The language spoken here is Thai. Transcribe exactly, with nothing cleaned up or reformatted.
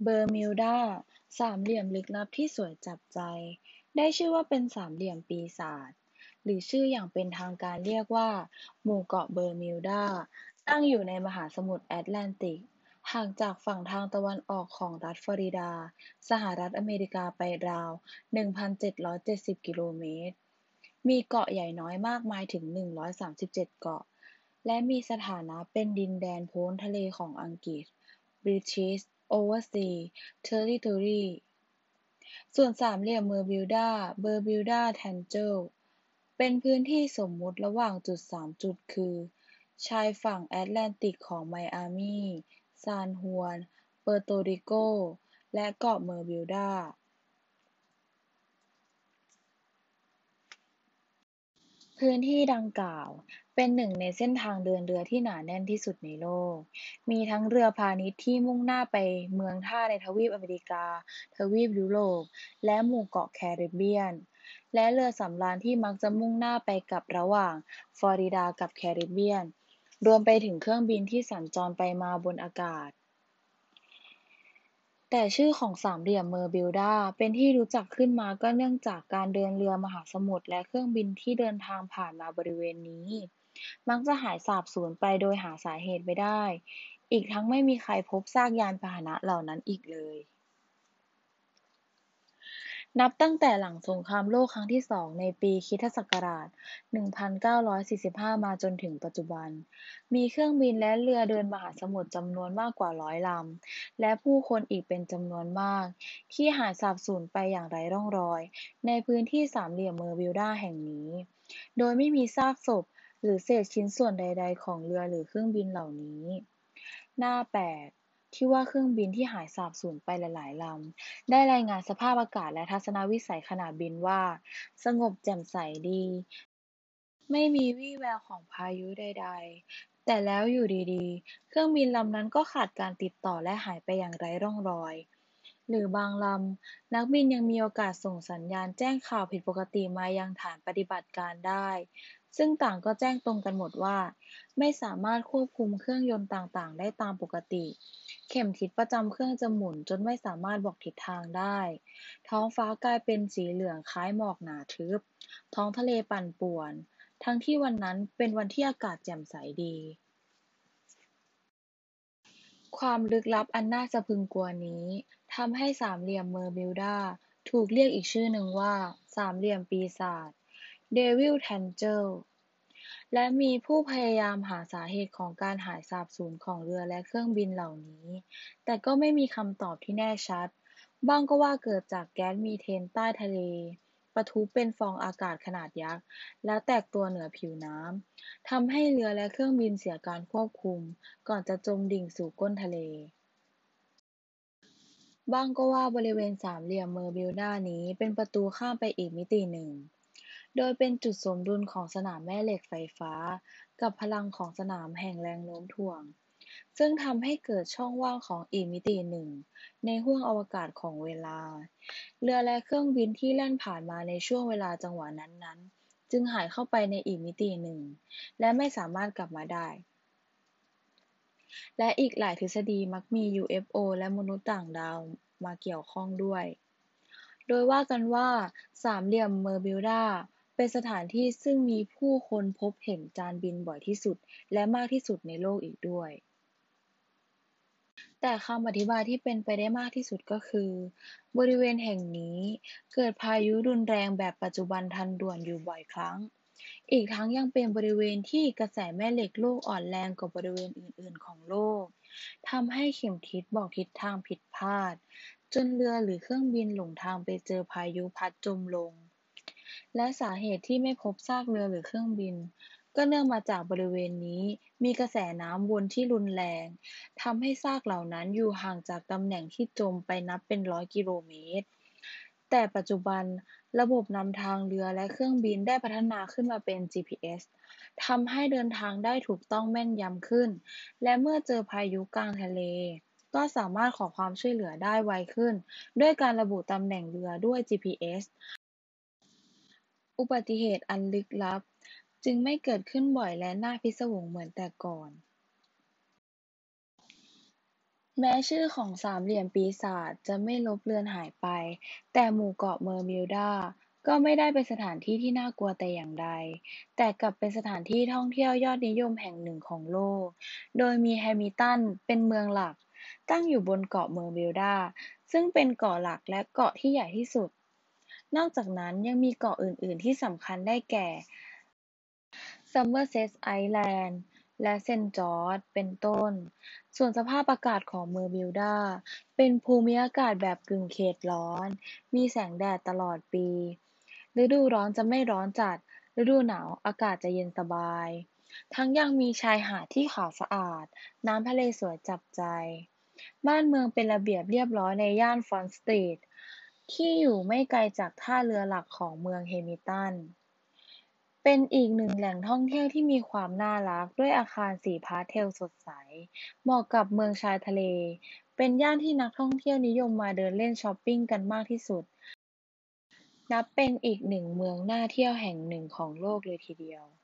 เบอร์มิวดาสามเหลี่ยมลึกลับที่สวยจับใจได้ชื่อว่าเป็นสามเหลี่ยมปีศาจหรือชื่ออย่างเป็นทางการเรียกว่าหมู่เกาะเบอร์มิวดาตั้งอยู่ในมหาสมุทรแอตแลนติกห่างจากฝั่งทางตะวันออกของรัฐฟลอริดาสหรัฐอเมริกาไปราว หนึ่งพันเจ็ดร้อยเจ็ดสิบ กิโลเมตรมีเกาะใหญ่น้อยมากมายถึง หนึ่งร้อยสามสิบเจ็ด เกาะและมีสถานะเป็นดินแดนพ้นทะเลของอังกฤษ British Overseas Territory ส่วนสามเหลี่ยมเบอร์มิวดาเบอร์มิวดาแทนเจิลเป็นพื้นที่สมมุติระหว่างจุดสามจุดคือชายฝั่งแอตแลนติกของไมอามีซานฮวนเปอร์โตริโกและเกาะเบอร์มิวดา พื้นที่ดังกล่าวเป็นหนึ่งในเส้นทางเดินเรือที่หนาแน่นที่สุดในโลก มีทั้งเรือพาณิชย์ที่มุ่งหน้าไปเมืองท่าในทวีปอเมริกา ทวีปยุโรป และหมู่เกาะแคริบเบียน และเรือสำราญที่มักจะมุ่งหน้าไปกลับระหว่างฟลอริดากับแคริบเบียน รวมไปถึงเครื่องบินที่สัญจรไปมาบนอากาศ แต่ชื่อของสามเหลี่ยมเมอร์บิวดาเป็นที่รู้จักขึ้นมาก็เนื่องจากการเดินเรือมหาสมุทรและเครื่องบินที่เดินทางผ่านมาบริเวณนี้มักจะหายสาบสูญไปโดยหาสาเหตุไม่ได้ อีกทั้งไม่มีใครพบซากยานพาหนะเหล่านั้นอีกเลย นับตั้งแต่หลังสงครามโลกครั้งที่สองในปีคริสตศักราช หนึ่งพันเก้าร้อยสี่สิบห้า มาจนถึงปัจจุบัน มีเครื่องบินและเรือเดินมหาสมุทรจำนวนมากกว่าร้อยลำ และผู้คนอีกเป็นจำนวนมากที่หายสาบสูญไปอย่างไร้ร่องรอยในพื้นที่สามเหลี่ยมเมอร์บิวดาแห่งนี้ โดยไม่มีซากศพหรือเศษชิ้นส่วนใดๆของเรือหรือเครื่องบินเหล่านี้น่าแปลกที่ว่าเครื่องบินที่หายสาบสูญไปหลายๆลำ ได้รายงานสภาพอากาศและทัศนวิสัยขณะบินว่าสงบแจ่มใสดีไม่มีวี่แววของพายุใดๆแต่แล้วอยู่ดีๆเครื่องบินลำนั้นก็ขาดการติดต่อและหายไปอย่างไร้ร่องรอยหรือบางลำนักบินยังมีโอกาสส่งสัญญาณแจ้งข่าวผิดปกติมายังฐานปฏิบัติการได้ซึ่งต่างก็แจ้งตรงกันหมดว่าไม่สามารถควบคุมเครื่องยนต์ต่างๆได้ตามปกติ เข็มทิศประจำเครื่องจะหมุนจนไม่สามารถบอกทิศทางได้ ท้องฟ้ากลายเป็นสีเหลืองคล้ายหมอกหนาทึบ ท้องทะเลปั่นป่วน ทั้งที่วันนั้นเป็นวันที่อากาศแจ่มใสดี ความลึกลับอันน่าสะพรึงกลัวนี้ทำให้สามเหลี่ยมเมอร์มิวดาถูกเรียกอีกชื่อหนึ่งว่าสามเหลี่ยมปีศาจ Devil Triangle และมีผู้พยายามหาสาเหตุของการหายสาบสูญของเรือและเครื่องบินเหล่านี้ แต่ก็ไม่มีคำตอบที่แน่ชัด บ้างก็ว่าเกิดจากแก๊สมีเทนใต้ทะเลปะทุเป็นฟองอากาศขนาดยักษ์แล้วแตกตัวเหนือผิวน้ำ ทำให้เรือและเครื่องบินเสียการควบคุมก่อนจะจมดิ่งสู่ก้นทะเล บ้างก็ว่าบริเวณสามเหลี่ยมเมอร์บิวดานี้เป็นประตูข้ามไปอีกมิติหนึ่ง โดยเป็นจุดสมดุลของสนามแม่เหล็กไฟฟ้ากับพลังของสนามแห่งแรงโน้มถ่วง ซึ่งทำให้เกิดช่องว่างของอีกมิติหนึ่งในห้วงอวกาศของเวลา เรือและเครื่องบินที่แล่นผ่านมาในช่วงเวลาจังหวะนั้นๆจึงหายเข้าไปในอีกมิติหนึ่งและไม่สามารถกลับมาได้ และอีกหลายทฤษฎีมักมี ยู เอฟ โอ และมนุษย์ต่างดาวมาเกี่ยวข้องด้วย โดยว่ากันว่าสามเหลี่ยมเมอร์บิวดาเป็นสถานที่ซึ่งมีผู้คนพบเห็นจานบินบ่อยที่สุดและมากที่สุดในโลกอีกด้วย แต่คำอธิบายที่เป็นไปได้มากที่สุดก็คือบริเวณแห่งนี้เกิดพายุรุนแรงแบบปัจจุบันทันด่วนอยู่บ่อยครั้ง อีกทั้งยังเป็นบริเวณที่กระแสแม่เหล็กโลกอ่อนแรงกว่าบริเวณอื่นๆของโลก ทำให้เข็มทิศบอกทิศทางผิดพลาด จนเรือหรือเครื่องบินหลงทางไปเจอพายุพัดจมลง และสาเหตุที่ไม่พบซากเรือหรือเครื่องบินก็เนื่องมาจากบริเวณนี้มีกระแสน้ำวนที่รุนแรงทำให้ซากเหล่านั้นอยู่ห่างจากตำแหน่งที่จมไปนับเป็นร้อยกิโลเมตรแต่ปัจจุบันระบบนำทางเรือและเครื่องบินได้พัฒนาขึ้นมาเป็น จี พี เอส ทำให้เดินทางได้ถูกต้องแม่นยำขึ้นและเมื่อเจอพายุกลางทะเลก็สามารถขอความช่วยเหลือได้ไวขึ้นด้วยการระบุตำแหน่งเรือด้วย จี พี เอส อุบัติเหตุอันลึกลับจึงไม่เกิดขึ้นบ่อยและน่าพิศวงเหมือนแต่ก่อนแม้ชื่อของสามเหลี่ยมปีศาจจะไม่ลบเลือนหายไป แต่หมู่เกาะเมอร์มิลดาก็ไม่ได้เป็นสถานที่ที่น่ากลัวแต่อย่างใด แต่กลับเป็นสถานที่ท่องเที่ยวยอดนิยมแห่งหนึ่งของโลก โดยมีแฮมิลตันเป็นเมืองหลัก ตั้งอยู่บนเกาะเมอร์มิลดาซึ่งเป็นเกาะหลักและเกาะที่ใหญ่ที่สุด นอกจากนั้นยังมีเกาะอื่น ๆ ที่สำคัญได้แก่ ซัมเมอร์เซตไอแลนด์และเซนต์จอร์จเป็นต้น ส่วนสภาพอากาศของเมอร์มิลดาเป็นภูมิอากาศแบบกึ่งเขตร้อน มีแสงแดดตลอดปี ฤดูร้อนจะไม่ร้อนจัด ฤดูหนาวอากาศจะเย็นสบาย ทั้งยังมีชายหาดที่ขาวสะอาด น้ำทะเลสวยจับใจ บ้านเมืองเป็นระเบียบเรียบร้อยในย่านฟรอนต์สตรีทที่อยู่ไม่ไกลจากท่าเรือหลักของเมืองเฮมิลตัน เป็นอีกหนึ่งแหล่งท่องเที่ยวที่มีความน่ารักด้วยอาคารสีพาสเทลสดใส เหมาะกับเมืองชายทะเล เป็นย่านที่นักท่องเที่ยวนิยมมาเดินเล่นช้อปปิ้งกันมากที่สุด นับเป็นอีกหนึ่งเมืองน่าเที่ยวแห่งหนึ่งของโลกเลยทีเดียว